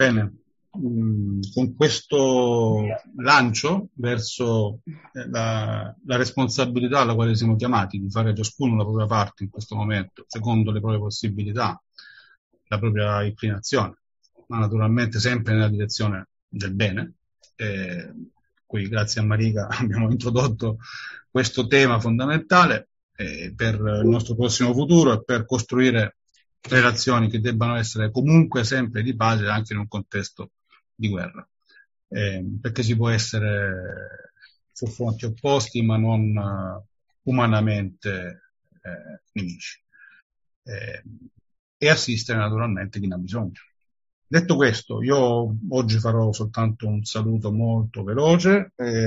Bene, con questo lancio verso la responsabilità alla quale siamo chiamati di fare ciascuno la propria parte in questo momento, secondo le proprie possibilità, la propria inclinazione, ma naturalmente sempre nella direzione del bene. Qui grazie a Marica abbiamo introdotto questo tema fondamentale per il nostro prossimo futuro e per costruire relazioni che debbano essere comunque sempre di pace anche in un contesto di guerra, perché si può essere su fronti opposti ma non umanamente nemici, e assistere naturalmente chi ne ha bisogno. Detto questo, io oggi farò soltanto un saluto molto veloce,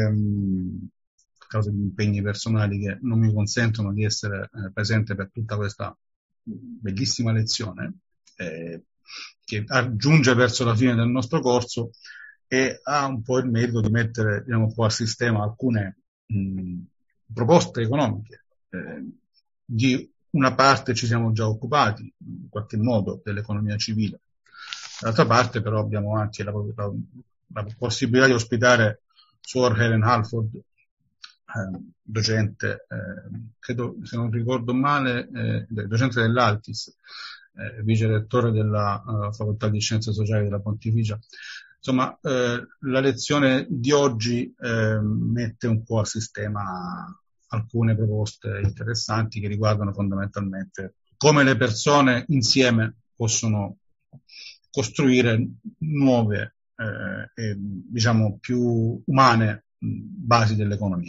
a causa di impegni personali che non mi consentono di essere presente per tutta questa bellissima lezione, che giunge verso la fine del nostro corso e ha un po' il merito di mettere, diciamo, un po' a sistema alcune proposte economiche. Di una parte ci siamo già occupati, in qualche modo, dell'economia civile. D'altra parte però abbiamo anche la possibilità di ospitare Suor Helen Halford, docente, credo, se non ricordo male, docente dell'Altis, vice rettore della Facoltà di Scienze Sociali della Pontificia. Insomma, la lezione di oggi mette un po' a sistema alcune proposte interessanti che riguardano fondamentalmente come le persone insieme possono costruire nuove e diciamo più umane basi dell'economia.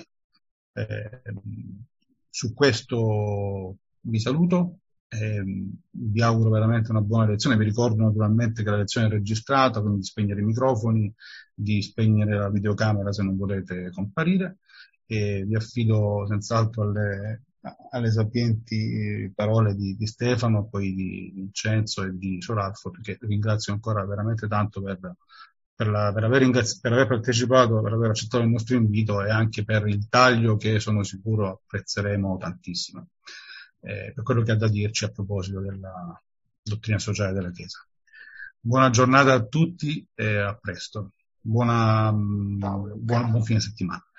Su questo vi saluto, vi auguro veramente una buona lezione. Vi ricordo naturalmente che la lezione è registrata, quindi di spegnere i microfoni, di spegnere la videocamera se non volete comparire, e vi affido senz'altro alle sapienti parole di Stefano, poi di Vincenzo e di Suor Halford, che ringrazio ancora veramente tanto per aver partecipato, per aver accettato il nostro invito e anche per il taglio che sono sicuro apprezzeremo tantissimo, per quello che ha da dirci a proposito della dottrina sociale della Chiesa. Buona giornata a tutti e a presto. Buon fine settimana.